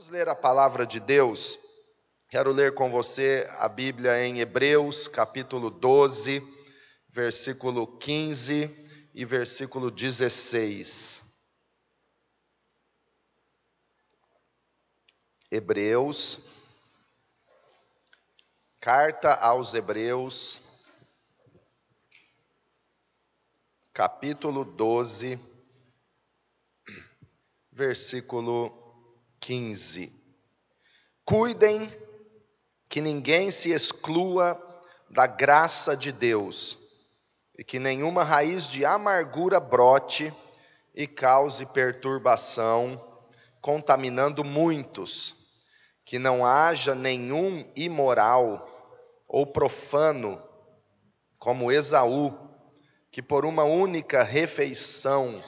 Vamos ler a palavra de Deus. Quero ler com você a Bíblia em Hebreus, capítulo 12, versículo 15 e versículo 16. Hebreus, carta aos Hebreus, capítulo 12, versículo 15. Cuidem que ninguém se exclua da graça de Deus, e que nenhuma raiz de amargura brote e cause perturbação, contaminando muitos, que não haja nenhum imoral ou profano, como Esaú, que por uma única refeição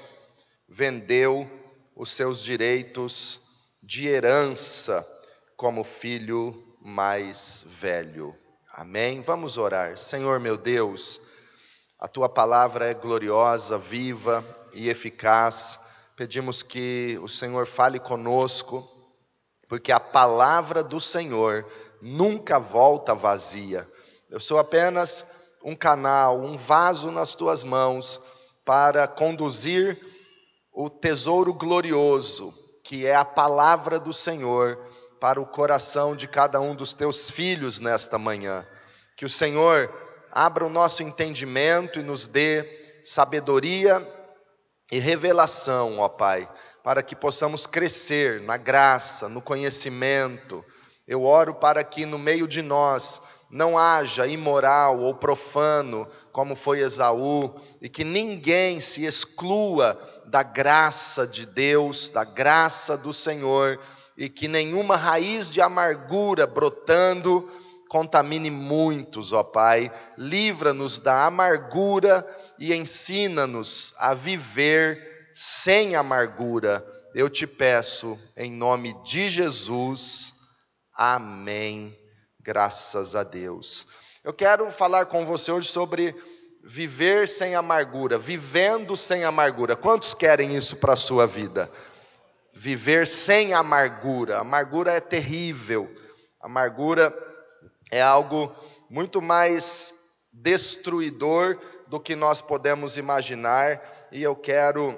vendeu os seus direitos de herança como filho mais velho. Amém? Vamos orar. Senhor meu Deus, a Tua palavra é gloriosa, viva e eficaz. Pedimos que o Senhor fale conosco, porque a palavra do Senhor nunca volta vazia. Eu sou apenas um canal, um vaso nas Tuas mãos para conduzir o tesouro glorioso, que é a palavra do Senhor, para o coração de cada um dos Teus filhos nesta manhã. Que o Senhor abra o nosso entendimento e nos dê sabedoria e revelação, ó Pai, para que possamos crescer na graça, no conhecimento. Eu oro para que no meio de nós não haja imoral ou profano, como foi Esaú, e que ninguém se exclua da graça de Deus, da graça do Senhor, e que nenhuma raiz de amargura brotando contamine muitos, ó Pai. Livra-nos da amargura e ensina-nos a viver sem amargura. Eu te peço, em nome de Jesus, amém. Graças a Deus. Eu quero falar com você hoje sobre viver sem amargura, vivendo sem amargura. Quantos querem isso para a sua vida? Viver sem amargura. Amargura é terrível. Amargura é algo muito mais destruidor do que nós podemos imaginar. E eu quero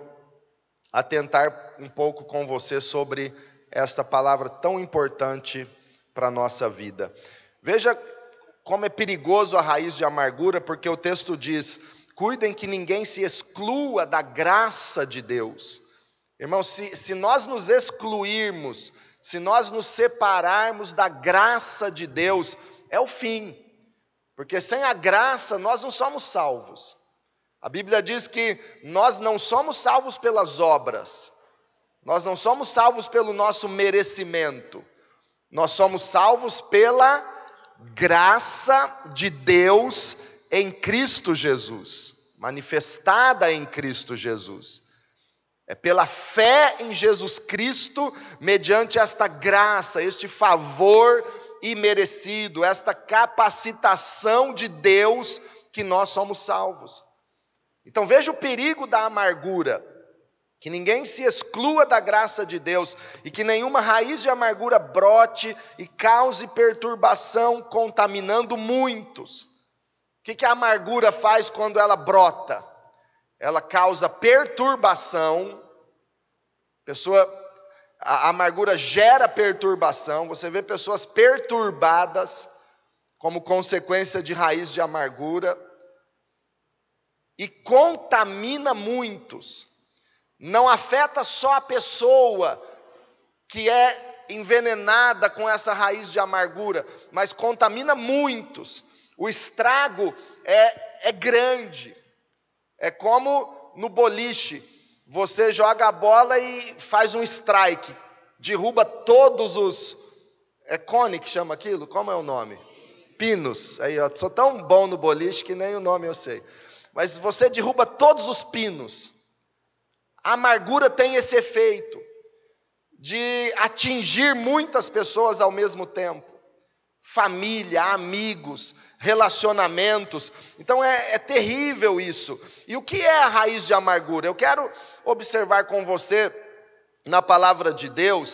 atentar um pouco com você sobre esta palavra tão importante para a nossa vida. Veja como é perigoso a raiz de amargura, porque o texto diz: cuidem que ninguém se exclua da graça de Deus. Irmãos, se nós nos excluirmos, se nós nos separarmos da graça de Deus, é o fim, porque sem a graça nós não somos salvos. A Bíblia diz que nós não somos salvos pelas obras, nós não somos salvos pelo nosso merecimento, nós somos salvos pela graça de Deus em Cristo Jesus, manifestada em Cristo Jesus. É pela fé em Jesus Cristo, mediante esta graça, este favor imerecido, esta capacitação de Deus, que nós somos salvos. Então veja o perigo da amargura. Que ninguém se exclua da graça de Deus, e que nenhuma raiz de amargura brote e cause perturbação, contaminando muitos. O que a amargura faz quando ela brota? Ela causa perturbação. A amargura gera perturbação. Você vê pessoas perturbadas como consequência de raiz de amargura. E contamina muitos. Não afeta só a pessoa que é envenenada com essa raiz de amargura, mas contamina muitos. O estrago é grande. É como no boliche, você joga a bola e faz um strike, derruba todos os... É cone que chama aquilo? Como é o nome? Pinos. Aí, eu sou tão bom no boliche que nem o nome eu sei. Mas você derruba todos os pinos. A amargura tem esse efeito de atingir muitas pessoas ao mesmo tempo. Família, amigos, relacionamentos. Então é terrível isso. E o que é a raiz de amargura? Eu quero observar com você, na palavra de Deus,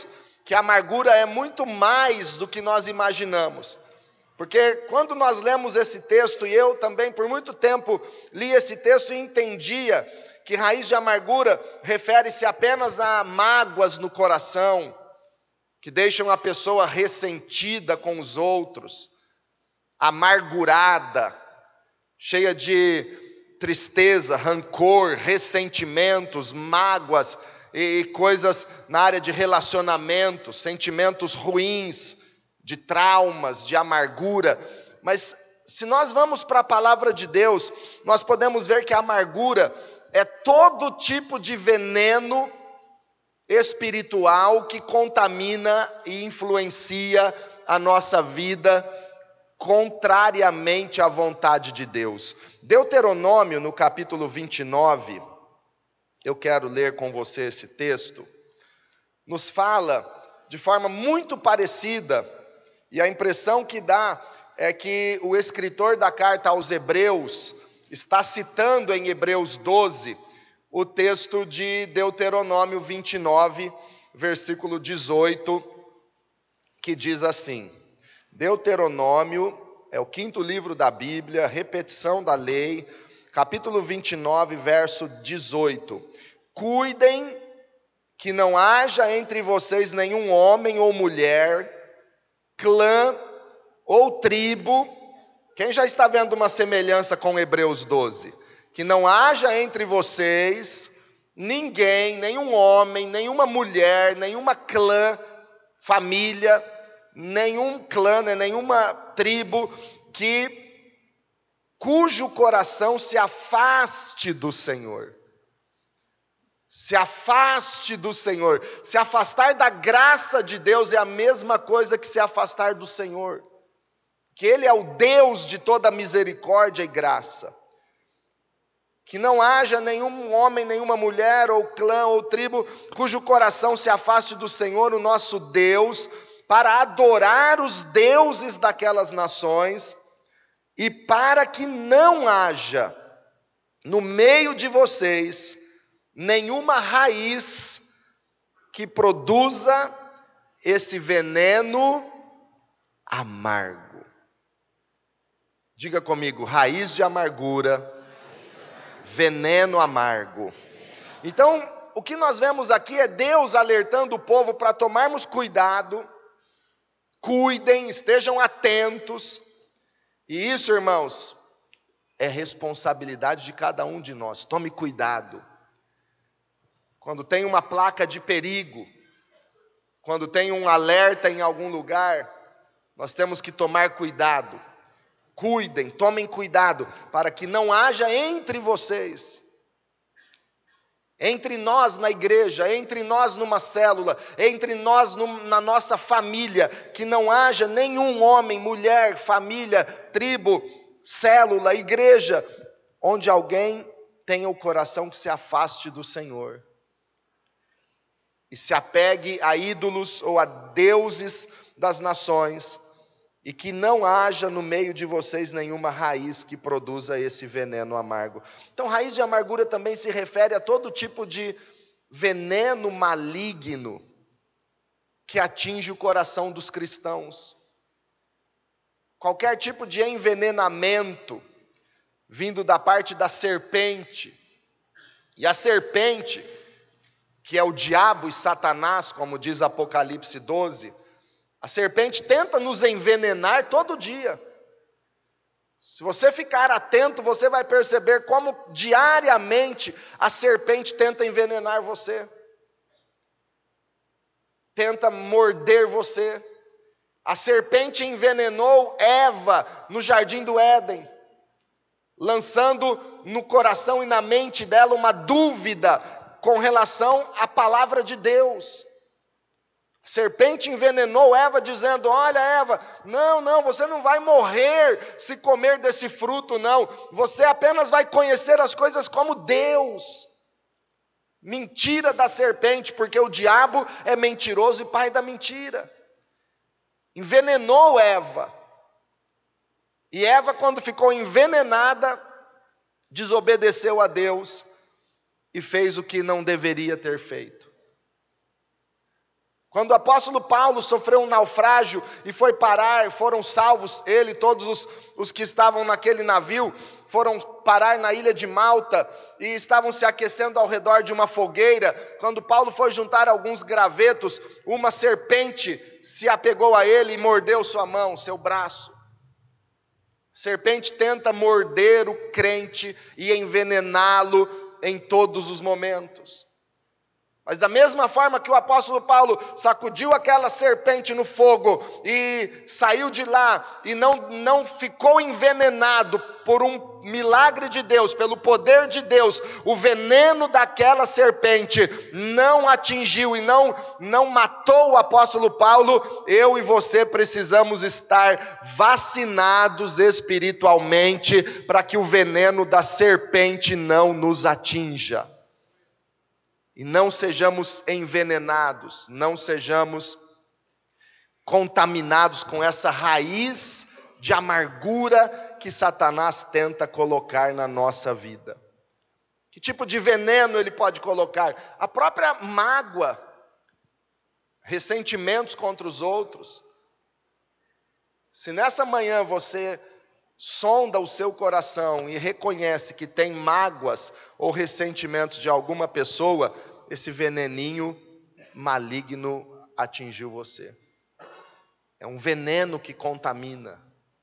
que a amargura é muito mais do que nós imaginamos. Porque quando nós lemos esse texto, e eu também por muito tempo li esse texto e entendia que raiz de amargura refere-se apenas a mágoas no coração, que deixam a pessoa ressentida com os outros, amargurada, cheia de tristeza, rancor, ressentimentos, mágoas e coisas na área de relacionamento, sentimentos ruins, de traumas, de amargura. Mas se nós vamos para a palavra de Deus, nós podemos ver que a amargura é todo tipo de veneno espiritual que contamina e influencia a nossa vida contrariamente à vontade de Deus. Deuteronômio, no capítulo 29, eu quero ler com você esse texto, nos fala de forma muito parecida, e a impressão que dá é que o escritor da carta aos Hebreus está citando em Hebreus 12 o texto de Deuteronômio 29, versículo 18, que diz assim: Deuteronômio é o 5º livro da Bíblia, repetição da lei, capítulo 29, verso 18. Cuidem que não haja entre vocês nenhum homem ou mulher, clã ou tribo. Quem já está vendo uma semelhança com Hebreus 12? Que não haja entre vocês ninguém, nenhum homem, nenhuma mulher, nenhuma clã, família, nenhum clã, nenhuma tribo cujo coração se afaste do Senhor. Se afaste do Senhor. Se afastar da graça de Deus é a mesma coisa que se afastar do Senhor. Que Ele é o Deus de toda misericórdia e graça. Que não haja nenhum homem, nenhuma mulher, ou clã, ou tribo, cujo coração se afaste do Senhor, o nosso Deus, para adorar os deuses daquelas nações, e para que não haja no meio de vocês nenhuma raiz que produza esse veneno amargo. Diga comigo, raiz de amargura, veneno amargo. Então, o que nós vemos aqui é Deus alertando o povo para tomarmos cuidado, cuidem, estejam atentos. E isso, irmãos, é responsabilidade de cada um de nós. Tome cuidado. Quando tem uma placa de perigo, quando tem um alerta em algum lugar, nós temos que tomar cuidado. Cuidem, tomem cuidado, para que não haja entre vocês, entre nós na igreja, entre nós numa célula, entre nós na nossa família, que não haja nenhum homem, mulher, família, tribo, célula, igreja, onde alguém tenha o coração que se afaste do Senhor e se apegue a ídolos ou a deuses das nações, e que não haja no meio de vocês nenhuma raiz que produza esse veneno amargo. Então, raiz de amargura também se refere a todo tipo de veneno maligno que atinge o coração dos cristãos. Qualquer tipo de envenenamento vindo da parte da serpente. E a serpente, que é o diabo e Satanás, como diz Apocalipse 12, a serpente tenta nos envenenar todo dia. Se você ficar atento, você vai perceber como diariamente a serpente tenta envenenar você. Tenta morder você. A serpente envenenou Eva no jardim do Éden, lançando no coração e na mente dela uma dúvida com relação à palavra de Deus. A serpente envenenou Eva dizendo: olha, Eva, não, você não vai morrer se comer desse fruto, não. Você apenas vai conhecer as coisas como Deus. Mentira da serpente, porque o diabo é mentiroso e pai da mentira. Envenenou Eva. E Eva, quando ficou envenenada, desobedeceu a Deus e fez o que não deveria ter feito. Quando o apóstolo Paulo sofreu um naufrágio e foi parar, foram salvos, ele e todos os que estavam naquele navio, foram parar na ilha de Malta e estavam se aquecendo ao redor de uma fogueira. Quando Paulo foi juntar alguns gravetos, uma serpente se apegou a ele e mordeu sua mão, seu braço. Serpente tenta morder o crente e envenená-lo em todos os momentos. Mas da mesma forma que o apóstolo Paulo sacudiu aquela serpente no fogo e saiu de lá e não ficou envenenado por um milagre de Deus, pelo poder de Deus, o veneno daquela serpente não atingiu e não matou o apóstolo Paulo, eu e você precisamos estar vacinados espiritualmente para que o veneno da serpente não nos atinja. E não sejamos envenenados, não sejamos contaminados com essa raiz de amargura que Satanás tenta colocar na nossa vida. Que tipo de veneno ele pode colocar? A própria mágoa, ressentimentos contra os outros. Se nessa manhã você sonda o seu coração e reconhece que tem mágoas ou ressentimentos de alguma pessoa, esse veneninho maligno atingiu você. É um veneno que contamina,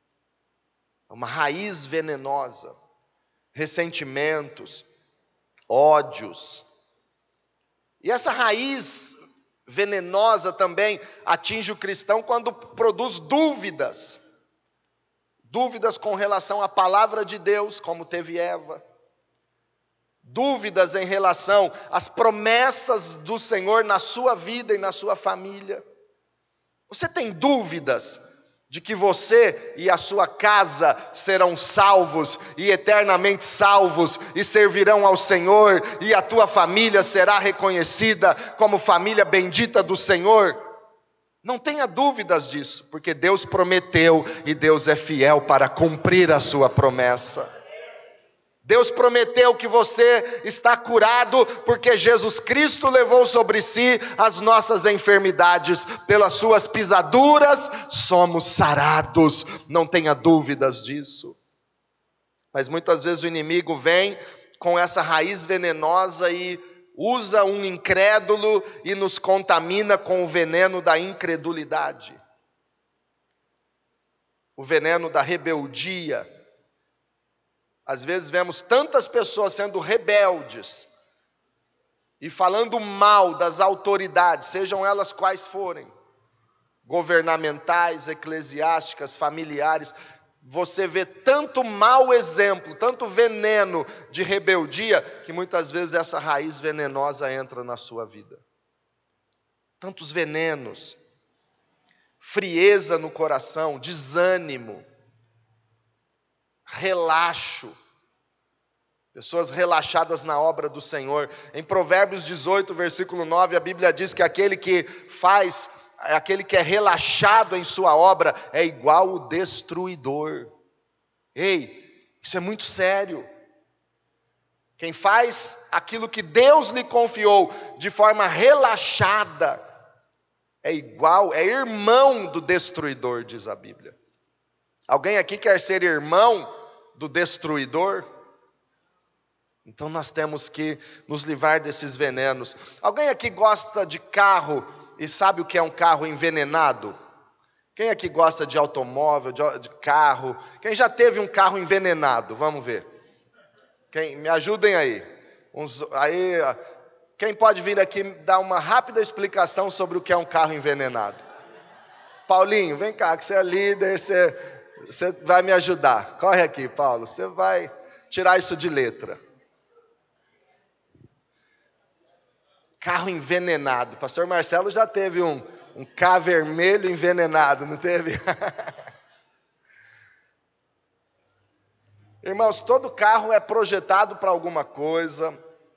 é uma raiz venenosa, ressentimentos, ódios. E essa raiz venenosa também atinge o cristão quando produz dúvidas. Dúvidas com relação à palavra de Deus, como teve Eva. Dúvidas em relação às promessas do Senhor na sua vida e na sua família. Você tem dúvidas de que você e a sua casa serão salvos e eternamente salvos e servirão ao Senhor e a tua família será reconhecida como família bendita do Senhor? Não tenha dúvidas disso, porque Deus prometeu e Deus é fiel para cumprir a sua promessa. Deus prometeu que você está curado, porque Jesus Cristo levou sobre si as nossas enfermidades, pelas suas pisaduras somos sarados, não tenha dúvidas disso. Mas muitas vezes o inimigo vem com essa raiz venenosa e usa um incrédulo e nos contamina com o veneno da incredulidade, o veneno da rebeldia. Às vezes vemos tantas pessoas sendo rebeldes e falando mal das autoridades, sejam elas quais forem, governamentais, eclesiásticas, familiares. Você vê tanto mau exemplo, tanto veneno de rebeldia, que muitas vezes essa raiz venenosa entra na sua vida. Tantos venenos, frieza no coração, desânimo, relaxo, pessoas relaxadas na obra do Senhor. Em Provérbios 18, versículo 9, a Bíblia diz que aquele que é relaxado em sua obra é igual o destruidor. Ei, isso é muito sério. Quem faz aquilo que Deus lhe confiou de forma relaxada é irmão do destruidor, diz a Bíblia. Alguém aqui quer ser irmão do destruidor? Então nós temos que nos livrar desses venenos. Alguém aqui gosta de carro e sabe o que é um carro envenenado? Quem aqui gosta de automóvel, de carro? Quem já teve um carro envenenado? Vamos ver. Me ajudem aí. Quem pode vir aqui dar uma rápida explicação sobre o que é um carro envenenado? Paulinho, vem cá, que você é líder, você vai me ajudar. Corre aqui, Paulo, você vai tirar isso de letra. Carro envenenado. O pastor Marcelo já teve um K vermelho envenenado, não teve? Irmãos, todo carro é projetado para alguma coisa.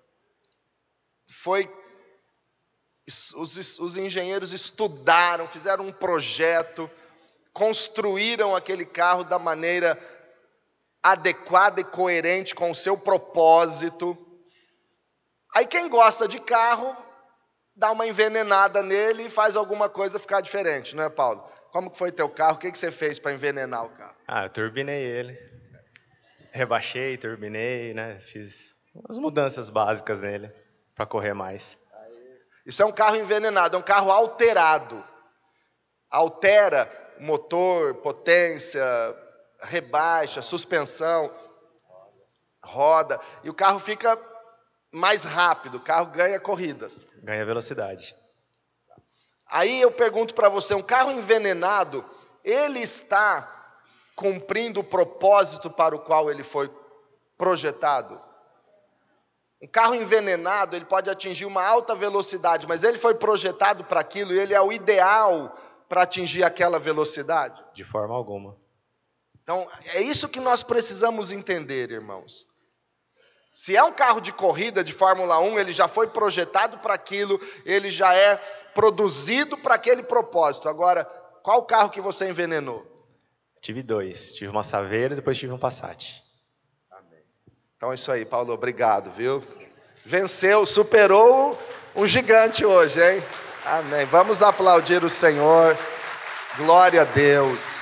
Os engenheiros estudaram, fizeram um projeto, construíram aquele carro da maneira adequada e coerente com o seu propósito. Aí quem gosta de carro dá uma envenenada nele e faz alguma coisa ficar diferente, não é, Paulo? Como que foi teu carro? O que você fez para envenenar o carro? Eu turbinei ele. Rebaixei, turbinei, né? Fiz umas mudanças básicas nele para correr mais. Isso é um carro envenenado, é um carro alterado. Altera motor, potência, rebaixa, suspensão, roda. E o carro fica mais rápido, o carro ganha corridas. Ganha velocidade. Aí eu pergunto para você, um carro envenenado, ele está cumprindo o propósito para o qual ele foi projetado? Um carro envenenado, ele pode atingir uma alta velocidade, mas ele foi projetado para aquilo e ele é o ideal para atingir aquela velocidade? De forma alguma. Então, é isso que nós precisamos entender, irmãos. Se é um carro de corrida, de Fórmula 1, ele já foi projetado para aquilo, ele já é produzido para aquele propósito. Agora, qual carro que você envenenou? Tive 2. Tive uma Saveiro e depois tive um Passat. Amém. Então é isso aí, Paulo. Obrigado, viu? Venceu, superou um gigante hoje, hein? Amém. Vamos aplaudir o Senhor. Glória a Deus.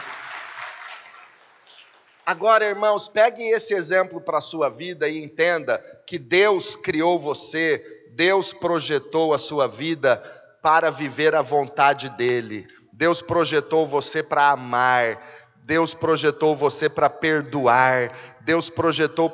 Agora, irmãos, pegue esse exemplo para a sua vida e entenda que Deus criou você, Deus projetou a sua vida para viver a vontade dEle. Deus projetou você para amar, Deus projetou você para perdoar, Deus projetou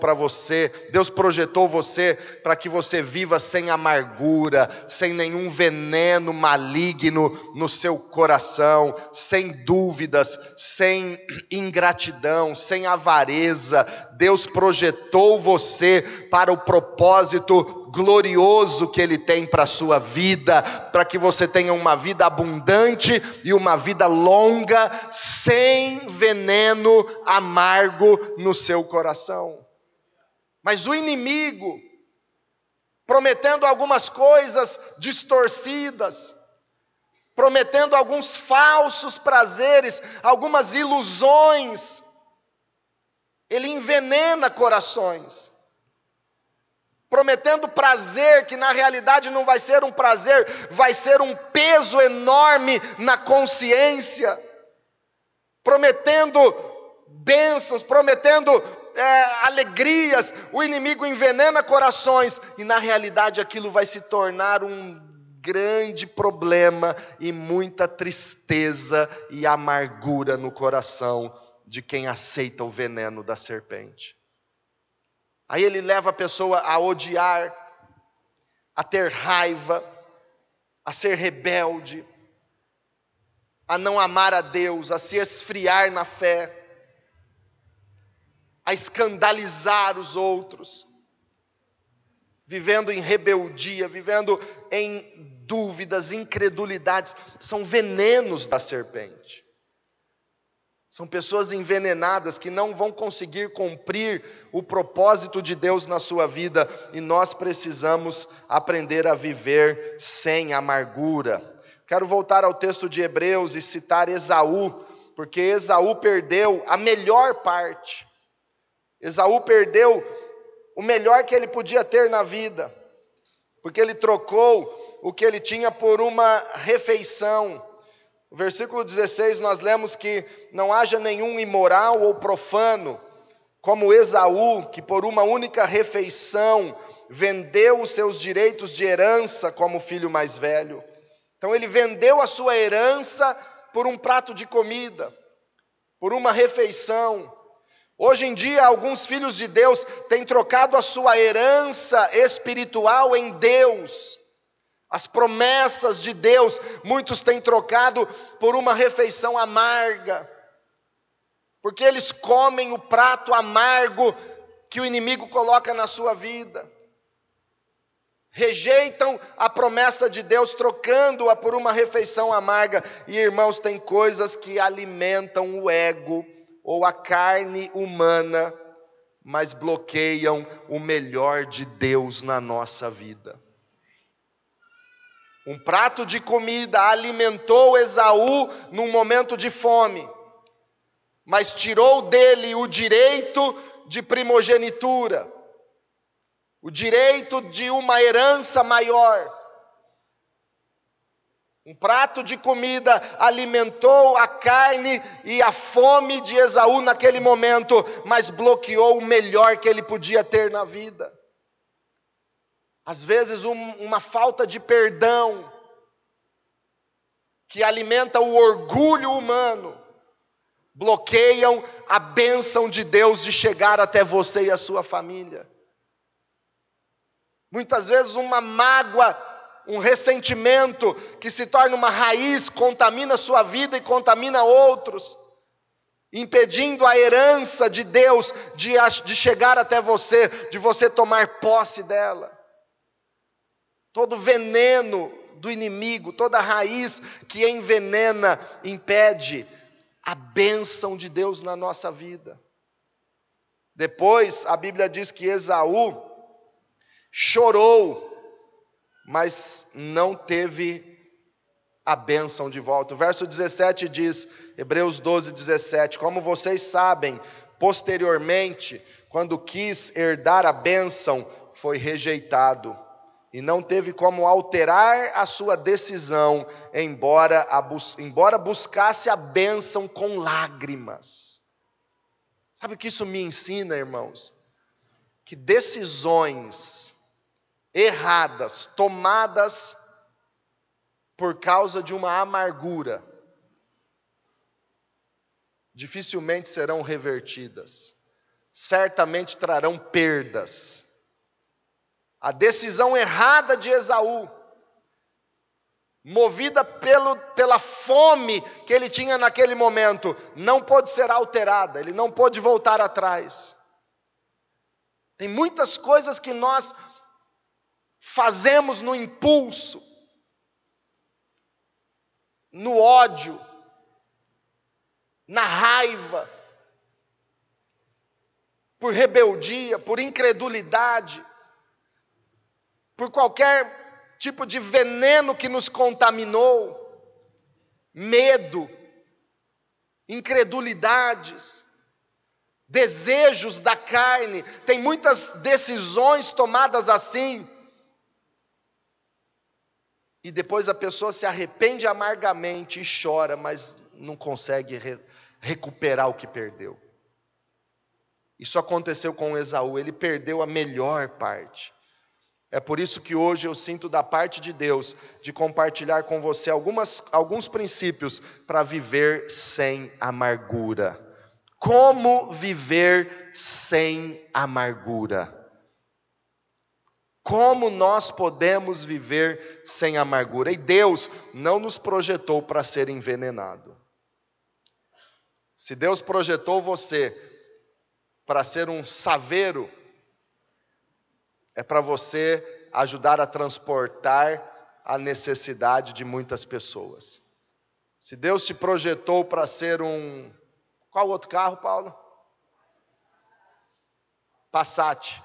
você para que você viva sem amargura, sem nenhum veneno maligno no seu coração, sem dúvidas, sem ingratidão, sem avareza. Deus projetou você para o propósito glorioso que Ele tem para a sua vida, para que você tenha uma vida abundante e uma vida longa, sem veneno amargo no seu coração. Mas o inimigo, prometendo algumas coisas distorcidas, prometendo alguns falsos prazeres, algumas ilusões, ele envenena corações, prometendo prazer que na realidade não vai ser um prazer, vai ser um peso enorme na consciência, prometendo bênçãos, prometendo alegrias. O inimigo envenena corações e na realidade aquilo vai se tornar um grande problema e muita tristeza e amargura no coração de quem aceita o veneno da serpente. Aí ele leva a pessoa a odiar, a ter raiva, a ser rebelde, a não amar a Deus, a se esfriar na fé, a escandalizar os outros, vivendo em rebeldia, vivendo em dúvidas, incredulidades. São venenos da serpente. São pessoas envenenadas que não vão conseguir cumprir o propósito de Deus na sua vida, e nós precisamos aprender a viver sem amargura. Quero voltar ao texto de Hebreus e citar Esaú, porque Esaú perdeu a melhor parte. Esaú perdeu o melhor que ele podia ter na vida, porque ele trocou o que ele tinha por uma refeição. No versículo 16 nós lemos que não haja nenhum imoral ou profano, como Esaú, que por uma única refeição vendeu os seus direitos de herança como filho mais velho. Então ele vendeu a sua herança por um prato de comida, por uma refeição. Hoje em dia, alguns filhos de Deus têm trocado a sua herança espiritual em Deus. As promessas de Deus, muitos têm trocado por uma refeição amarga, porque eles comem o prato amargo que o inimigo coloca na sua vida. Rejeitam a promessa de Deus, trocando-a por uma refeição amarga. E irmãos, tem coisas que alimentam o ego ou a carne humana, mas bloqueiam o melhor de Deus na nossa vida. Um prato de comida alimentou Esaú num momento de fome, mas tirou dele o direito de primogenitura, o direito de uma herança maior. Um prato de comida alimentou a carne e a fome de Esaú naquele momento, mas bloqueou o melhor que ele podia ter na vida. Às vezes uma falta de perdão, que alimenta o orgulho humano, bloqueiam a bênção de Deus de chegar até você e a sua família. Muitas vezes uma mágoa, um ressentimento que se torna uma raiz, contamina a sua vida e contamina outros, impedindo a herança de Deus de chegar até você, de você tomar posse dela. Todo veneno do inimigo, toda raiz que envenena, impede a bênção de Deus na nossa vida. Depois, a Bíblia diz que Esaú chorou, mas não teve a bênção de volta. O verso 17 diz, Hebreus 12, 17, como vocês sabem, posteriormente, quando quis herdar a bênção, foi rejeitado, e não teve como alterar a sua decisão, embora buscasse a bênção com lágrimas. Sabe o que isso me ensina, irmãos? Que decisões erradas, tomadas por causa de uma amargura, dificilmente serão revertidas, certamente trarão perdas. A decisão errada de Esaú, movida pela fome que ele tinha naquele momento, não pôde ser alterada, ele não pôde voltar atrás. Tem muitas coisas que nós fazemos no impulso, no ódio, na raiva, por rebeldia, por incredulidade, por qualquer tipo de veneno que nos contaminou, medo, incredulidades, desejos da carne. Tem muitas decisões tomadas assim, e depois a pessoa se arrepende amargamente e chora, mas não consegue recuperar o que perdeu. Isso aconteceu com Esaú, ele perdeu a melhor parte. É por isso que hoje eu sinto da parte de Deus de compartilhar com você alguns princípios para viver sem amargura. Como viver sem amargura? Como nós podemos viver sem amargura? E Deus não nos projetou para ser envenenado. Se Deus projetou você para ser um saveiro, é para você ajudar a transportar a necessidade de muitas pessoas. Se Deus te projetou para ser um... Qual outro carro, Paulo? Passat.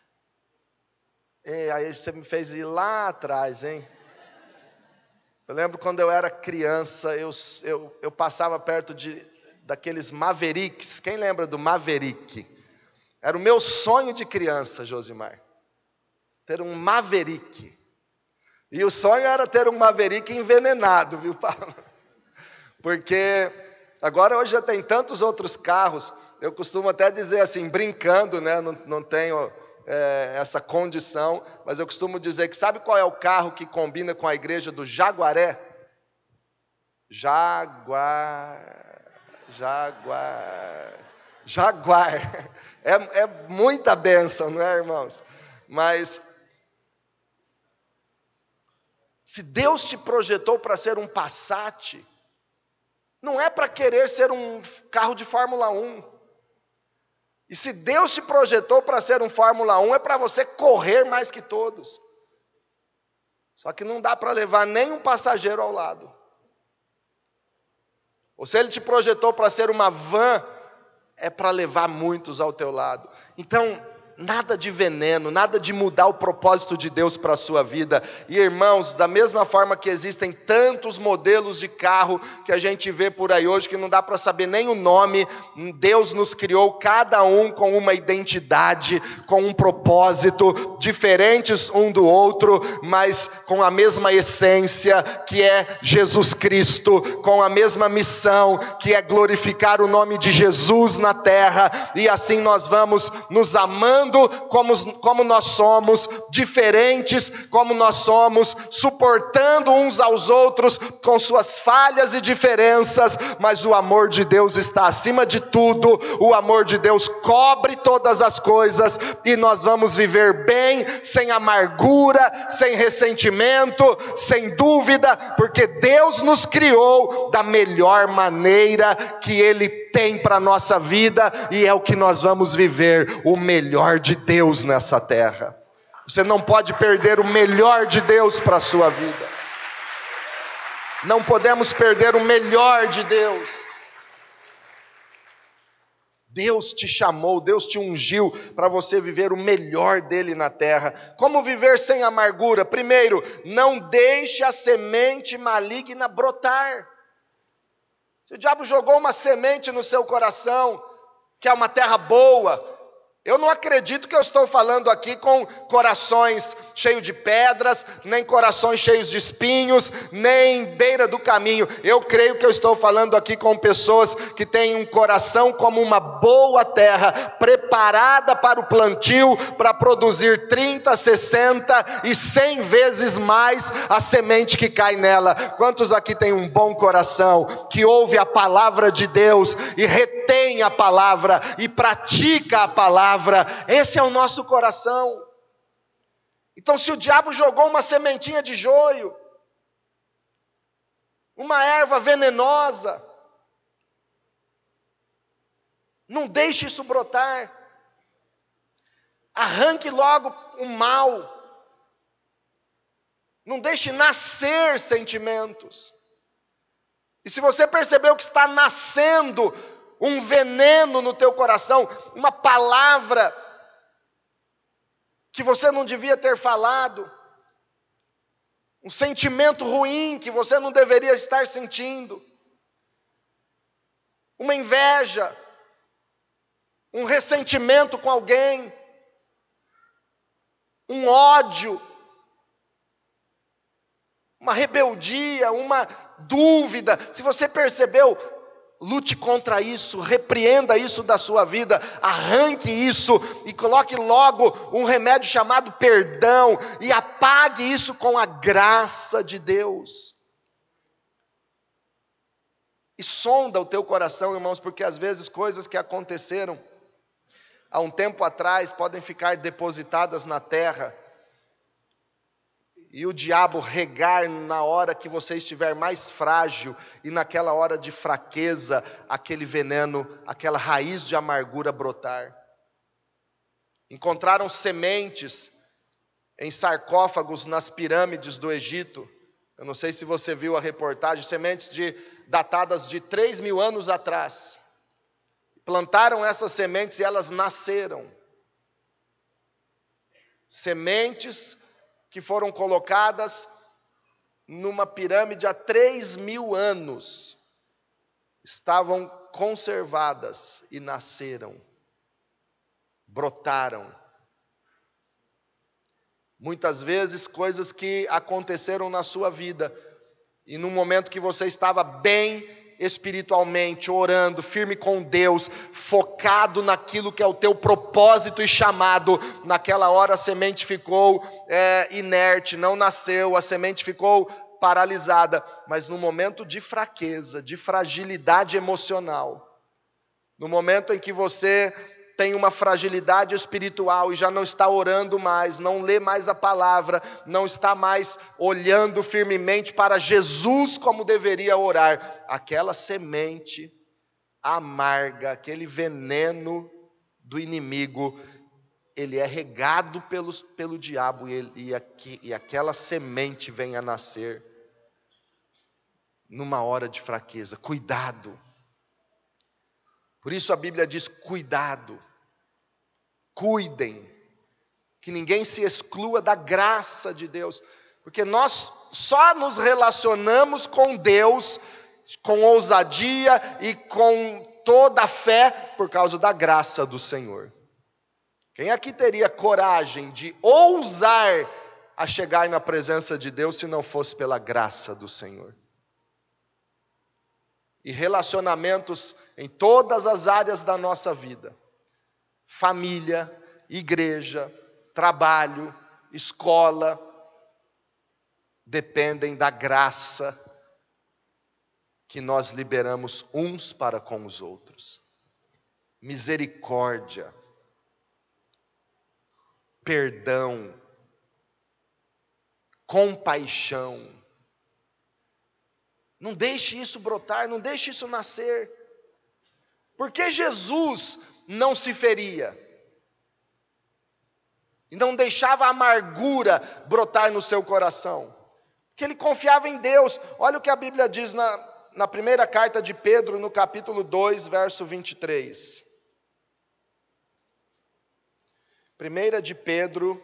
E aí você me fez ir lá atrás, hein? Eu lembro quando eu era criança, eu passava perto daqueles Mavericks. Quem lembra do Maverick? Era o meu sonho de criança, Josimar. Ter um Maverick. E o sonho era ter um Maverick envenenado, viu, Paulo? Porque agora hoje já tem tantos outros carros, eu costumo até dizer assim, brincando, né? Não tenho essa condição, mas eu costumo dizer que sabe qual é o carro que combina com a igreja do Jaguaré? Jaguar. É muita bênção, não é, irmãos? Mas se Deus te projetou para ser um Passat, não é para querer ser um carro de Fórmula 1. E se Deus te projetou para ser um Fórmula 1, é para você correr mais que todos. Só que não dá para levar nenhum passageiro ao lado. Ou se Ele te projetou para ser uma van, é para levar muitos ao teu lado. Então, Nada de veneno, nada de mudar o propósito de Deus para a sua vida. E irmãos, da mesma forma que existem tantos modelos de carro que a gente vê por aí hoje, que não dá para saber nem o nome, Deus nos criou cada um com uma identidade, com um propósito, diferentes um do outro, mas com a mesma essência, que é Jesus Cristo, com a mesma missão, que é glorificar o nome de Jesus na terra, e assim nós vamos nos amando como nós somos, diferentes como nós somos, suportando uns aos outros com suas falhas e diferenças, mas o amor de Deus está acima de tudo, o amor de Deus cobre todas as coisas, e nós vamos viver bem, sem amargura, sem ressentimento, sem dúvida, porque Deus nos criou da melhor maneira que Ele tem para a nossa vida, e é o que nós vamos viver, o melhor de Deus nessa terra. Você não pode perder o melhor de Deus para a sua vida. Não podemos perder o melhor de Deus. Deus te chamou, Deus te ungiu para você viver o melhor dele na terra. Como viver sem amargura? Primeiro, não deixe a semente maligna brotar. Se o diabo jogou uma semente no seu coração, que é uma terra boa, eu não acredito que eu estou falando aqui com corações cheios de pedras, nem corações cheios de espinhos, nem beira do caminho. Eu creio que eu estou falando aqui com pessoas que têm um coração como uma boa terra, preparada para o plantio, para produzir 30, 60 e 100 vezes mais a semente que cai nela. Quantos aqui têm um bom coração, que ouve a palavra de Deus e retém a palavra e pratica a palavra? Esse é o nosso coração. Então, se o diabo jogou uma sementinha de joio, uma erva venenosa, não deixe isso brotar. Arranque logo o mal. Não deixe nascer sentimentos. E se você percebeu que está nascendo um veneno no teu coração, uma palavra que você não devia ter falado, um sentimento ruim que você não deveria estar sentindo, uma inveja, um ressentimento com alguém, um ódio, uma rebeldia, uma dúvida. Se você percebeu, lute contra isso, repreenda isso da sua vida, arranque isso e coloque logo um remédio chamado perdão e apague isso com a graça de Deus. E sonda o teu coração, irmãos, porque às vezes coisas que aconteceram há um tempo atrás podem ficar depositadas na terra, e o diabo regar na hora que você estiver mais frágil, e naquela hora de fraqueza, aquele veneno, aquela raiz de amargura brotar. Encontraram sementes em sarcófagos nas pirâmides do Egito. Eu não sei se você viu a reportagem, sementes datadas de 3.000 anos atrás. Plantaram essas sementes e elas nasceram. Sementes que foram colocadas numa pirâmide há 3.000 anos, estavam conservadas e nasceram, brotaram. Muitas vezes coisas que aconteceram na sua vida, e no momento que você estava bem espiritualmente, orando, firme com Deus, focado naquilo que é o teu propósito e chamado, naquela hora a semente ficou inerte, não nasceu, a semente ficou paralisada, mas no momento de fraqueza, de fragilidade emocional, no momento em que você tem uma fragilidade espiritual e já não está orando mais, não lê mais a palavra, não está mais olhando firmemente para Jesus como deveria orar, aquela semente amarga, aquele veneno do inimigo, ele é regado pelo diabo, e aquela semente vem a nascer numa hora de fraqueza. Cuidado. Por isso a Bíblia diz: cuidado. Cuidem, que ninguém se exclua da graça de Deus, porque nós só nos relacionamos com Deus com ousadia e com toda a fé por causa da graça do Senhor. Quem aqui teria coragem de ousar a chegar na presença de Deus se não fosse pela graça do Senhor? E relacionamentos em todas as áreas da nossa vida, família, igreja, trabalho, escola, dependem da graça que nós liberamos uns para com os outros. Misericórdia, perdão, compaixão. Não deixe isso brotar, não deixe isso nascer. Por que Jesus não se feria? E não deixava a amargura brotar no seu coração? Porque ele confiava em Deus. Olha o que a Bíblia diz na primeira carta de Pedro, no capítulo 2, verso 23. 1 de Pedro,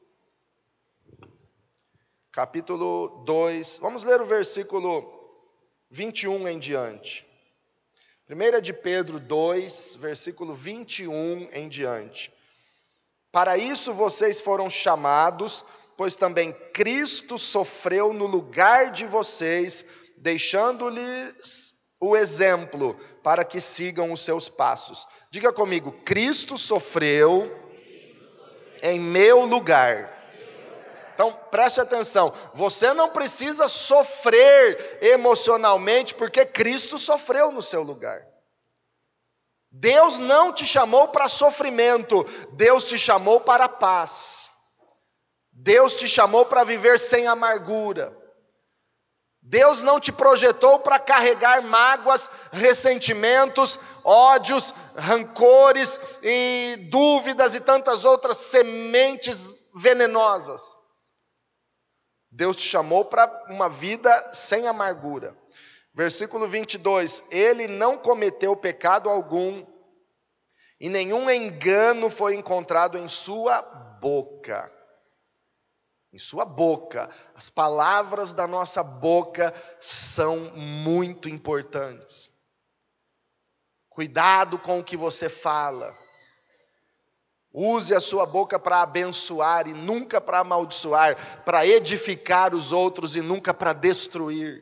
capítulo 2, vamos ler o versículo 21 em diante. 1 de Pedro 2, versículo 21 em diante. Para isso vocês foram chamados, pois também Cristo sofreu no lugar de vocês, deixando-lhes o exemplo para que sigam os seus passos. Diga comigo: Cristo sofreu em meu lugar. Então, preste atenção, você não precisa sofrer emocionalmente, porque Cristo sofreu no seu lugar. Deus não te chamou para sofrimento, Deus te chamou para a paz. Deus te chamou para viver sem amargura. Deus não te projetou para carregar mágoas, ressentimentos, ódios, rancores e dúvidas e tantas outras sementes venenosas. Deus te chamou para uma vida sem amargura. Versículo 22, ele não cometeu pecado algum, e nenhum engano foi encontrado em sua boca. Em sua boca, as palavras da nossa boca são muito importantes. Cuidado com o que você fala. Use a sua boca para abençoar e nunca para amaldiçoar, para edificar os outros e nunca para destruir.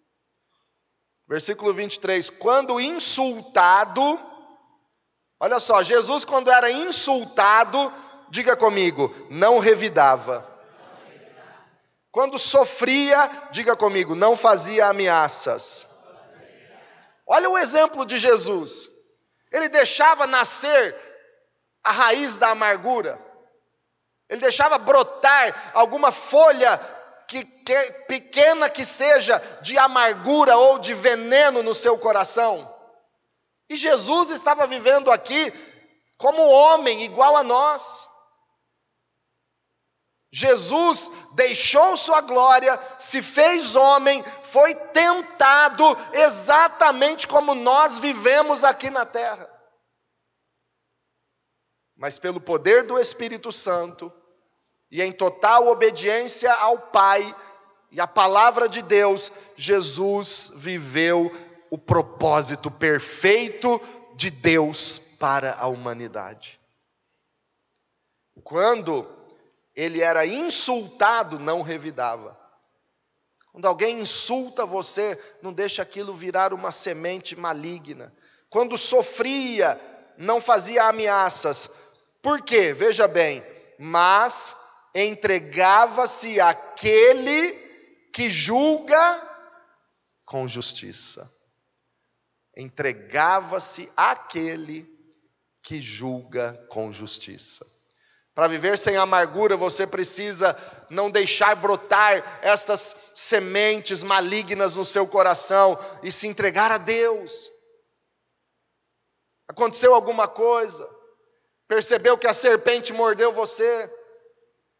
Versículo 23, quando insultado, olha só, Jesus quando era insultado, diga comigo, não revidava. Quando sofria, diga comigo, não fazia ameaças. Olha o exemplo de Jesus. Ele deixava nascer a raiz da amargura. Ele deixava brotar alguma folha pequena que seja de amargura ou de veneno no seu coração. E Jesus estava vivendo aqui como homem igual a nós. Jesus deixou sua glória, se fez homem, foi tentado exatamente como nós vivemos aqui na terra. Mas pelo poder do Espírito Santo, e em total obediência ao Pai e à palavra de Deus, Jesus viveu o propósito perfeito de Deus para a humanidade. Quando ele era insultado, não revidava. Quando alguém insulta você, não deixa aquilo virar uma semente maligna. Quando sofria, não fazia ameaças. Por quê? Veja bem, mas entregava-se àquele que julga com justiça. Entregava-se àquele que julga com justiça. Para viver sem amargura, você precisa não deixar brotar estas sementes malignas no seu coração e se entregar a Deus. Aconteceu alguma coisa? Percebeu que a serpente mordeu você?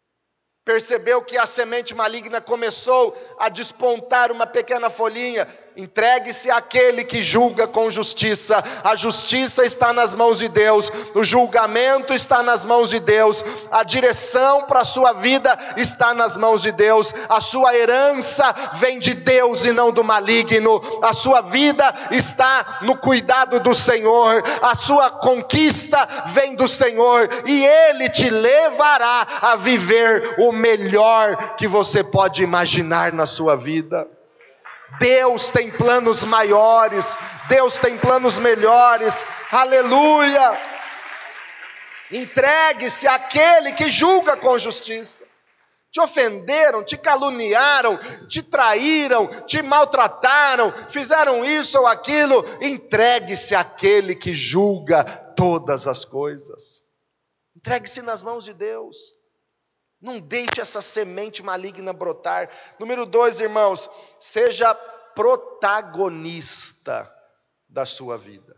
Percebeu que a semente maligna começou a despontar uma pequena folhinha? Entregue-se àquele que julga com justiça. A justiça está nas mãos de Deus, o julgamento está nas mãos de Deus, a direção para a sua vida está nas mãos de Deus, a sua herança vem de Deus e não do maligno, a sua vida está no cuidado do Senhor, a sua conquista vem do Senhor, e Ele te levará a viver o melhor que você pode imaginar na sua vida. Deus tem planos maiores, Deus tem planos melhores, aleluia. Entregue-se àquele que julga com justiça. Te ofenderam, te caluniaram, te traíram, te maltrataram, fizeram isso ou aquilo, entregue-se àquele que julga todas as coisas. Entregue-se nas mãos de Deus. Não deixe essa semente maligna brotar. Número 2, irmãos, seja protagonista da sua vida.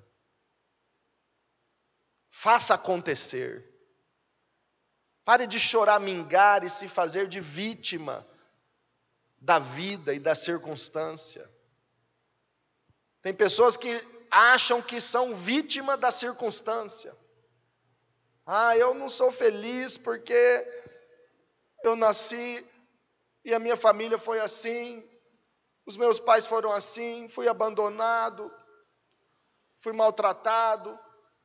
Faça acontecer. Pare de choramingar e se fazer de vítima da vida e da circunstância. Tem pessoas que acham que são vítima da circunstância. Eu não sou feliz porque eu nasci e a minha família foi assim, os meus pais foram assim, fui abandonado, fui maltratado,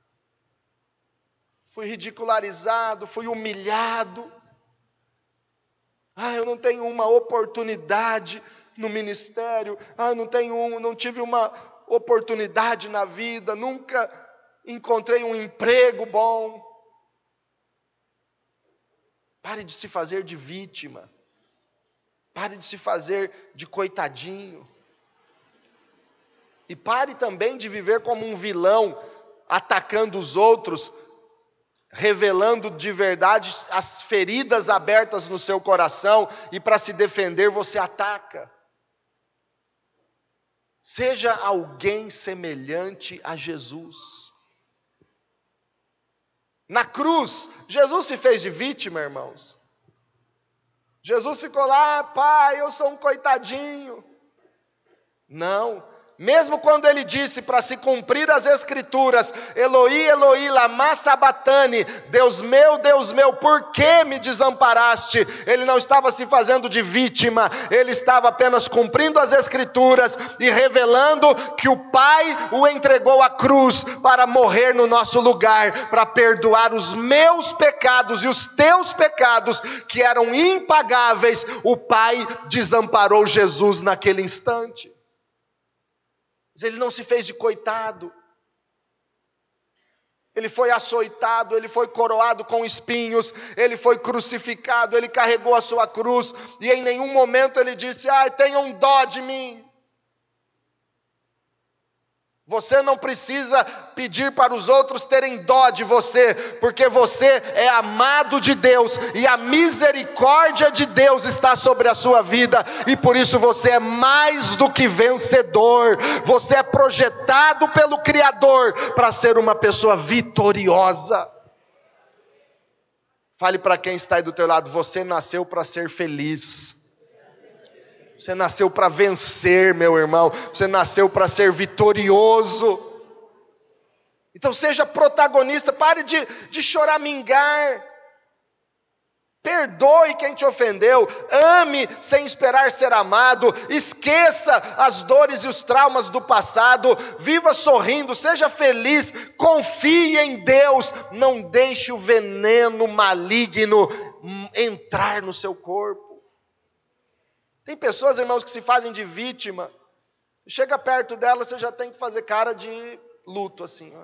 fui ridicularizado, fui humilhado. Eu não tenho uma oportunidade no ministério, não tive uma oportunidade na vida, nunca encontrei um emprego bom. Pare de se fazer de vítima. Pare de se fazer de coitadinho. E pare também de viver como um vilão, atacando os outros, revelando de verdade as feridas abertas no seu coração, e para se defender você ataca. Seja alguém semelhante a Jesus. Na cruz, Jesus se fez de vítima, irmãos. Jesus ficou lá, pai, eu sou um coitadinho. Não. Mesmo quando ele disse para se cumprir as escrituras, Eloi, Eloi, lama sabatani, Deus meu, por que me desamparaste? Ele não estava se fazendo de vítima, ele estava apenas cumprindo as escrituras e revelando que o Pai o entregou à cruz para morrer no nosso lugar, para perdoar os meus pecados e os teus pecados, que eram impagáveis. O Pai desamparou Jesus naquele instante. Mas ele não se fez de coitado. Ele foi açoitado, ele foi coroado com espinhos, ele foi crucificado, ele carregou a sua cruz, e em nenhum momento ele disse, tenham dó de mim. Você não precisa pedir para os outros terem dó de você, porque você é amado de Deus, e a misericórdia de Deus está sobre a sua vida, e por isso você é mais do que vencedor. Você é projetado pelo Criador para ser uma pessoa vitoriosa. Fale para quem está aí do teu lado, você nasceu para ser feliz. Você nasceu para vencer, meu irmão. Você nasceu para ser vitorioso. Então seja protagonista. Pare de choramingar. Perdoe quem te ofendeu. Ame sem esperar ser amado. Esqueça as dores e os traumas do passado. Viva sorrindo. Seja feliz. Confie em Deus. Não deixe o veneno maligno entrar no seu corpo. Tem pessoas, irmãos, que se fazem de vítima. Chega perto dela, você já tem que fazer cara de luto, assim.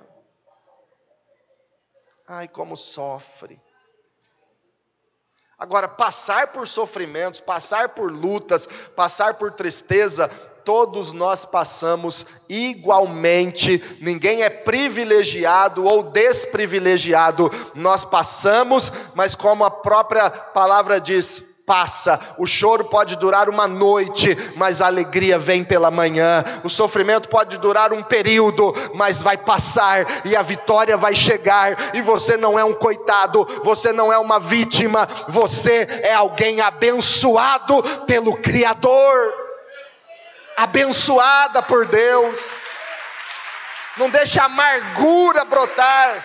Ai, como sofre. Agora, passar por sofrimentos, passar por lutas, passar por tristeza, todos nós passamos igualmente. Ninguém é privilegiado ou desprivilegiado. Nós passamos, mas como a própria palavra diz, passa. O choro pode durar uma noite, mas a alegria vem pela manhã. O sofrimento pode durar um período, mas vai passar e a vitória vai chegar. E você não é um coitado, você não é uma vítima, você é alguém abençoado pelo Criador. abençoada por Deus. Não deixe a amargura brotar.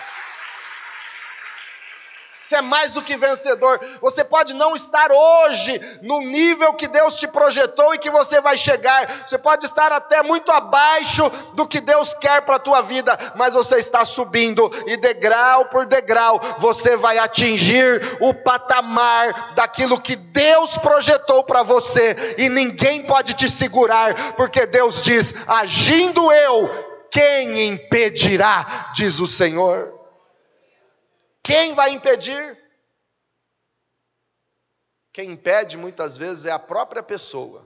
Você é mais do que vencedor. Você pode não estar hoje no nível que Deus te projetou e que você vai chegar. Você pode estar até muito abaixo do que Deus quer para a tua vida, mas você está subindo e degrau por degrau você vai atingir o patamar daquilo que Deus projetou para você, e ninguém pode te segurar, porque Deus diz: agindo eu, quem impedirá, diz o Senhor. Quem vai impedir? Quem impede muitas vezes é a própria pessoa.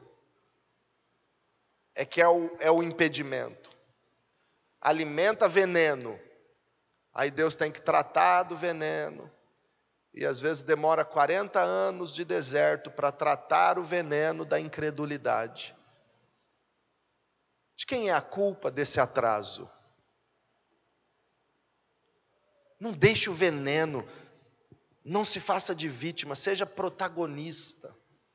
É o impedimento. Alimenta veneno. Aí Deus tem que tratar do veneno. E às vezes demora 40 anos de deserto para tratar o veneno da incredulidade. De quem é a culpa desse atraso? Não deixe o veneno, não se faça de vítima, seja protagonista.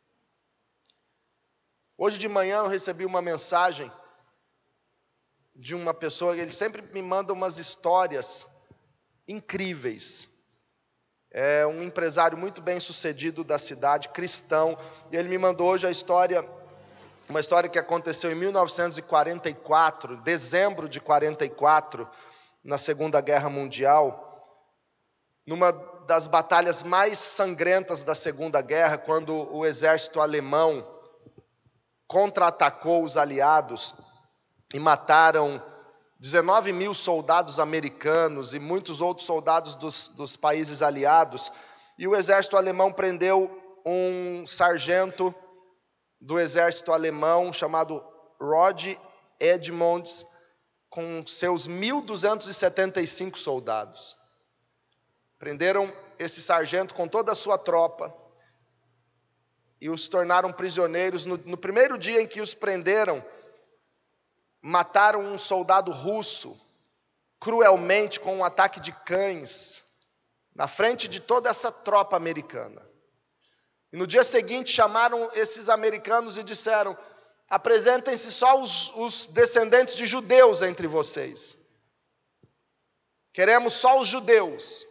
Hoje de manhã eu recebi uma mensagem de uma pessoa, ele sempre me manda umas histórias incríveis. É um empresário muito bem sucedido da cidade, cristão, e ele me mandou hoje uma história que aconteceu em 1944, dezembro de 44, na Segunda Guerra Mundial. Numa das batalhas mais sangrentas da Segunda Guerra, quando o exército alemão contra-atacou os aliados e mataram 19 mil soldados americanos e muitos outros soldados dos países aliados, e o exército alemão prendeu um sargento do exército alemão chamado Rod Edmonds, com seus 1.275 soldados. Prenderam esse sargento com toda a sua tropa e os tornaram prisioneiros. No primeiro dia em que os prenderam, mataram um soldado russo cruelmente com um ataque de cães na frente de toda essa tropa americana. E no dia seguinte chamaram esses americanos e disseram: apresentem-se só os descendentes de judeus entre vocês. Queremos só os judeus.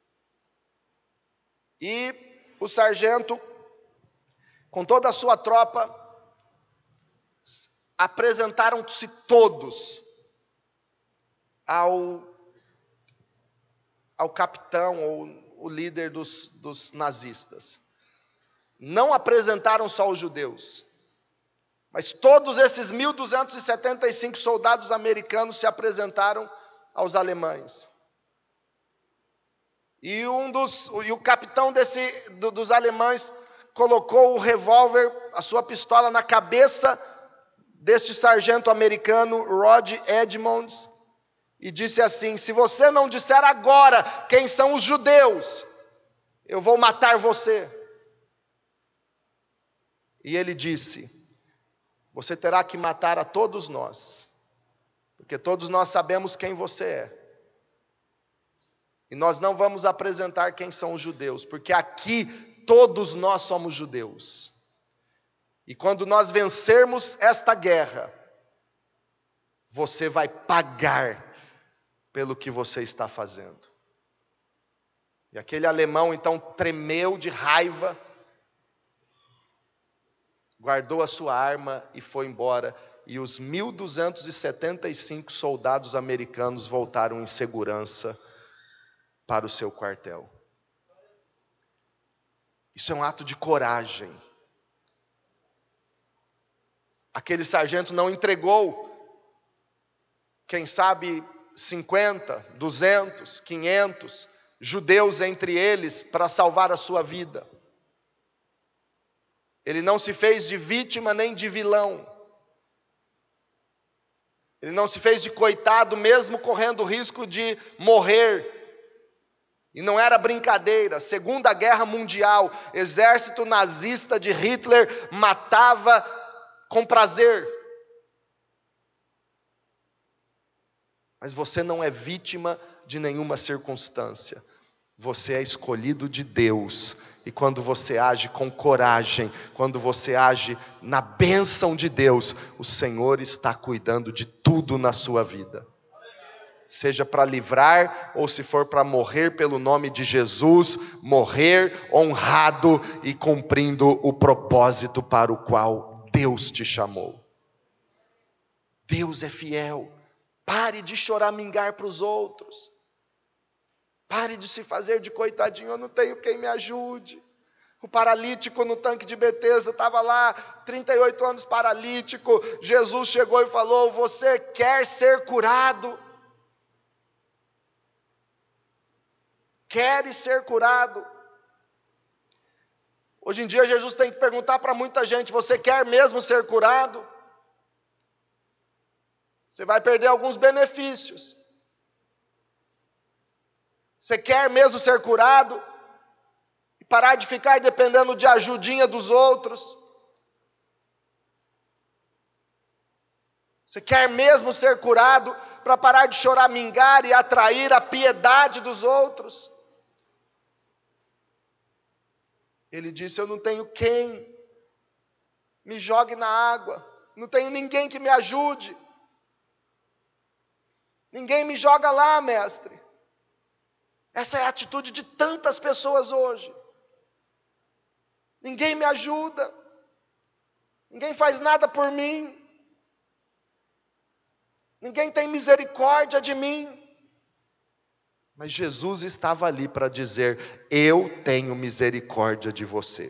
E o sargento, com toda a sua tropa, apresentaram-se todos ao capitão, ou o líder dos nazistas. Não apresentaram só os judeus, mas todos esses 1.275 soldados americanos se apresentaram aos alemães. E o capitão dos alemães colocou o revólver, a sua pistola, na cabeça deste sargento americano, Rod Edmonds, e disse assim: se você não disser agora quem são os judeus, eu vou matar você. E ele disse: você terá que matar a todos nós, porque todos nós sabemos quem você é. E nós não vamos apresentar quem são os judeus, porque aqui todos nós somos judeus. E quando nós vencermos esta guerra, você vai pagar pelo que você está fazendo. E aquele alemão então tremeu de raiva, guardou a sua arma e foi embora. E os 1.275 soldados americanos voltaram em segurança para o seu quartel. Isso é um ato de coragem. Aquele sargento não entregou, quem sabe, 50, 200, 500 judeus entre eles para salvar a sua vida. Ele não se fez de vítima nem de vilão. Ele não se fez de coitado, mesmo correndo o risco de morrer. E não era brincadeira. Segunda Guerra Mundial, exército nazista de Hitler matava com prazer. Mas você não é vítima de nenhuma circunstância. Você é escolhido de Deus. E quando você age com coragem, quando você age na bênção de Deus, o Senhor está cuidando de tudo na sua vida. Seja para livrar ou se for para morrer pelo nome de Jesus, morrer honrado e cumprindo o propósito para o qual Deus te chamou. Deus é fiel. Pare de choramingar para os outros. Pare de se fazer de coitadinho, eu não tenho quem me ajude. O paralítico no tanque de Betesda estava lá, 38 anos paralítico. Jesus chegou e falou: você quer ser curado? Quer ser curado? Hoje em dia Jesus tem que perguntar para muita gente: você quer mesmo ser curado? Você vai perder alguns benefícios. Você quer mesmo ser curado? E parar de ficar dependendo de ajudinha dos outros? Você quer mesmo ser curado para parar de choramingar e atrair a piedade dos outros? Ele disse: eu não tenho quem me jogue na água, não tenho ninguém que me ajude. Ninguém me joga lá, mestre. Essa é a atitude de tantas pessoas hoje. Ninguém me ajuda. Ninguém faz nada por mim. Ninguém tem misericórdia de mim. Mas Jesus estava ali para dizer: eu tenho misericórdia de você.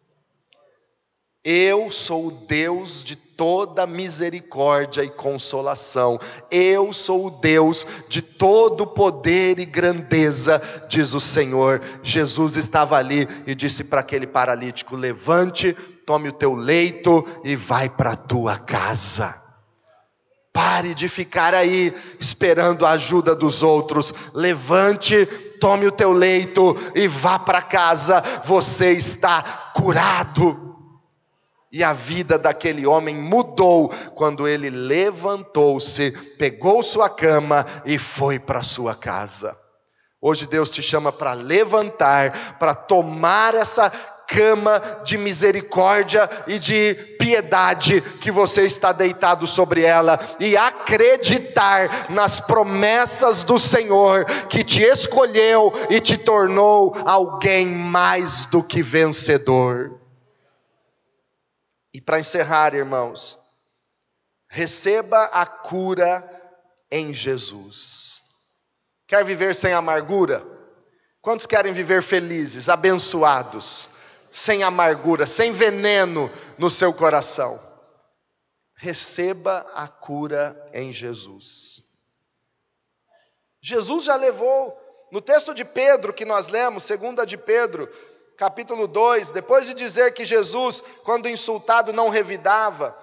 Eu sou o Deus de toda misericórdia e consolação. Eu sou o Deus de todo poder e grandeza, diz o Senhor. Jesus estava ali e disse para aquele paralítico: levante, tome o teu leito e vai para a tua casa. Pare de ficar aí esperando a ajuda dos outros. Levante, tome o teu leito e vá para casa. Você está curado. E a vida daquele homem mudou quando ele levantou-se, pegou sua cama e foi para sua casa. Hoje Deus te chama para levantar, para tomar essa cama de misericórdia e de piedade que você está deitado sobre ela e acreditar nas promessas do Senhor que te escolheu e te tornou alguém mais do que vencedor. E para encerrar, irmãos, receba a cura em Jesus. Quer viver sem amargura? Quantos querem viver felizes, abençoados, sem amargura, sem veneno no seu coração? Receba a cura em Jesus. Jesus já levou, no texto de Pedro que nós lemos, 2 de Pedro, capítulo 2, depois de dizer que Jesus, quando insultado, não revidava.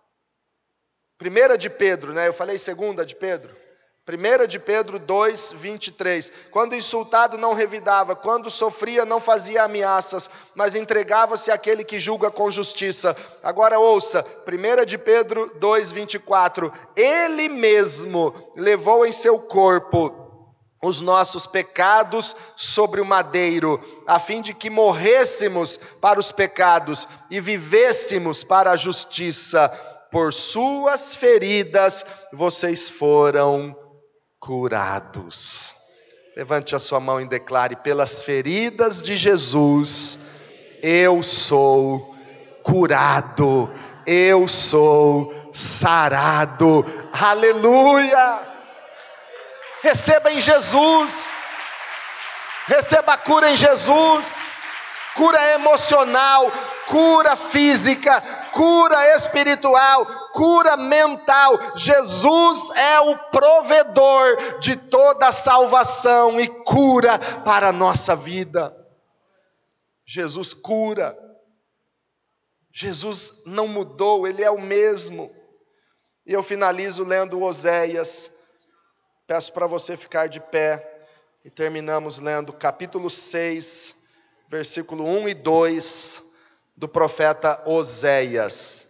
1 de Pedro, eu falei 2 de Pedro. 1 de Pedro 2, 23. Quando insultado, não revidava. Quando sofria, não fazia ameaças, mas entregava-se àquele que julga com justiça. Agora ouça, 1 de Pedro 2, 24. Ele mesmo levou em seu corpo os nossos pecados sobre o madeiro, a fim de que morrêssemos para os pecados e vivêssemos para a justiça. Por suas feridas vocês foram curados. Levante a sua mão e declare: pelas feridas de Jesus, eu sou curado, eu sou sarado. Aleluia! Receba em Jesus, receba a cura em Jesus, cura emocional, cura física, cura espiritual, cura mental. Jesus é o provedor de toda a salvação e cura para a nossa vida. Jesus cura, Jesus não mudou, Ele é o mesmo. E eu finalizo lendo Oséias. Peço para você ficar de pé e terminamos lendo capítulo 6, versículo 1 e 2 do profeta Oséias.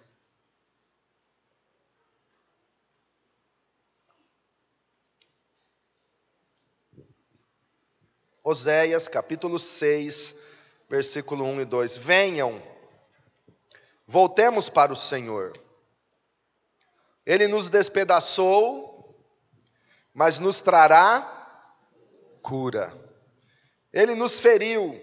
Oséias, capítulo 6, versículo 1 e 2. Venham, voltemos para o Senhor. Ele nos despedaçou, mas nos trará cura. Ele nos feriu,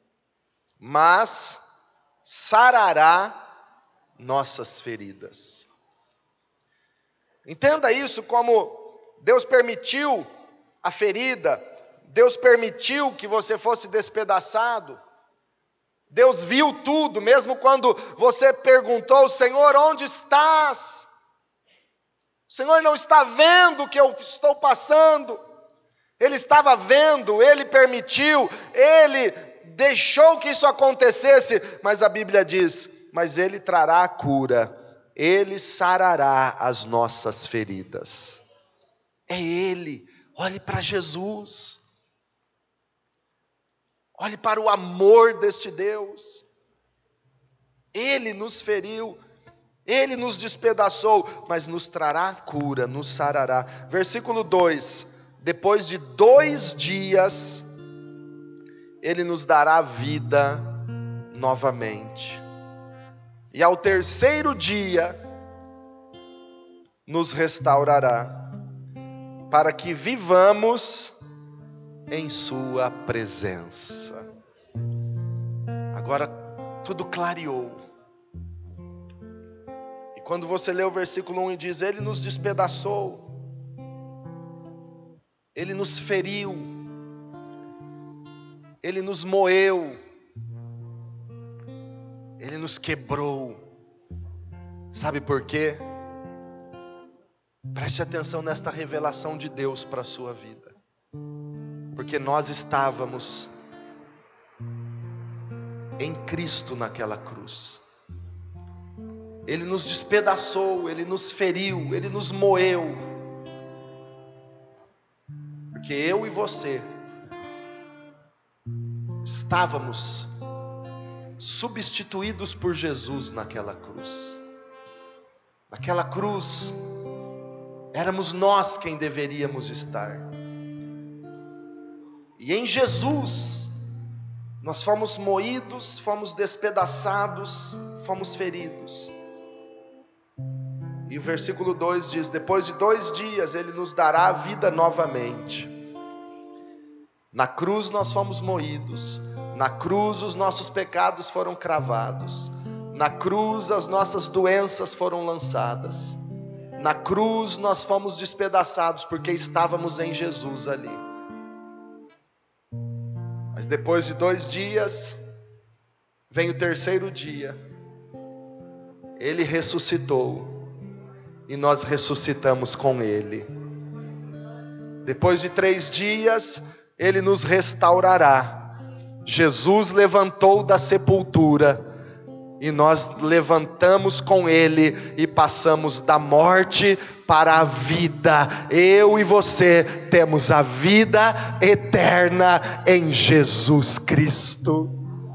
mas sarará nossas feridas. Entenda isso como Deus permitiu a ferida, Deus permitiu que você fosse despedaçado. Deus viu tudo, mesmo quando você perguntou: Senhor, onde estás? O Senhor não está vendo o que eu estou passando. Ele estava vendo, Ele permitiu, Ele deixou que isso acontecesse, mas a Bíblia diz: mas Ele trará a cura, Ele sarará as nossas feridas. É Ele. Olhe para Jesus. Olhe para o amor deste Deus. Ele nos feriu, Ele nos despedaçou, mas nos trará cura, nos sarará. Versículo 2: depois de 2 dias, Ele nos dará vida novamente. E ao 3º dia, nos restaurará, para que vivamos em sua presença. Agora tudo clareou. E quando você lê o versículo 1 e diz: Ele nos despedaçou, Ele nos feriu, Ele nos moeu, Ele nos quebrou. Sabe por quê? Preste atenção nesta revelação de Deus para a sua vida. Porque nós estávamos em Cristo naquela cruz. Ele nos despedaçou, Ele nos feriu, Ele nos moeu. Porque eu e você estávamos substituídos por Jesus naquela cruz. Naquela cruz, éramos nós quem deveríamos estar. E em Jesus, nós fomos moídos, fomos despedaçados, fomos feridos. E o versículo 2 diz: depois de 2 dias, Ele nos dará a vida novamente. Na cruz nós fomos moídos, na cruz os nossos pecados foram cravados, na cruz as nossas doenças foram lançadas, na cruz nós fomos despedaçados, porque estávamos em Jesus ali. Mas depois de 2 dias, vem o 3º dia, Ele ressuscitou, e nós ressuscitamos com Ele. Depois de 3 dias, Ele nos restaurará. Jesus levantou da sepultura, e nós levantamos com Ele, e passamos da morte para a vida. Eu e você temos a vida eterna em Jesus Cristo.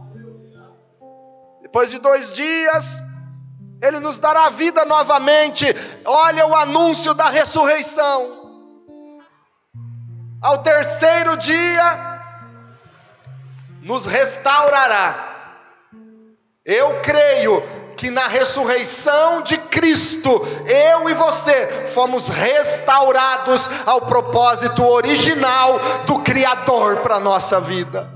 Depois de 2 dias, Ele nos dará vida novamente. Olha o anúncio da ressurreição. Ao 3º dia, nos restaurará. Eu creio que na ressurreição de Cristo, eu e você fomos restaurados ao propósito original do Criador para a nossa vida.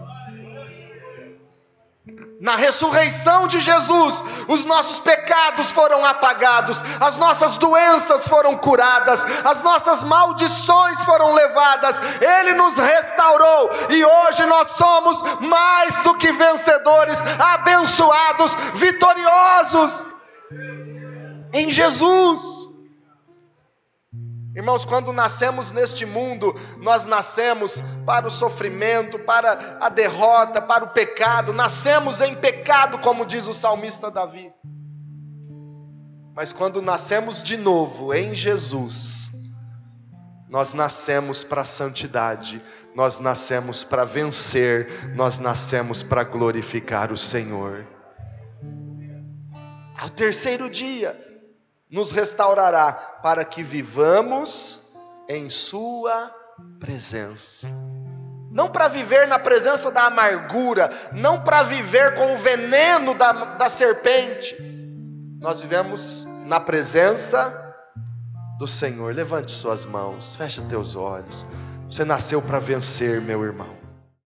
Na ressurreição de Jesus, os nossos pecados foram apagados, as nossas doenças foram curadas, as nossas maldições foram levadas. Ele nos restaurou e hoje nós somos mais do que vencedores, abençoados, vitoriosos em Jesus. Irmãos, quando nascemos neste mundo, nós nascemos para o sofrimento, para a derrota, para o pecado. Nascemos em pecado, como diz o salmista Davi. Mas quando nascemos de novo em Jesus, nós nascemos para a santidade, nós nascemos para vencer, nós nascemos para glorificar o Senhor. Ao 3º dia, nos restaurará para que vivamos em sua presença. não para viver na presença da amargura, não para viver com o veneno da serpente. Nós vivemos na presença do Senhor. Levante suas mãos, feche teus olhos. Você nasceu para vencer, meu irmão.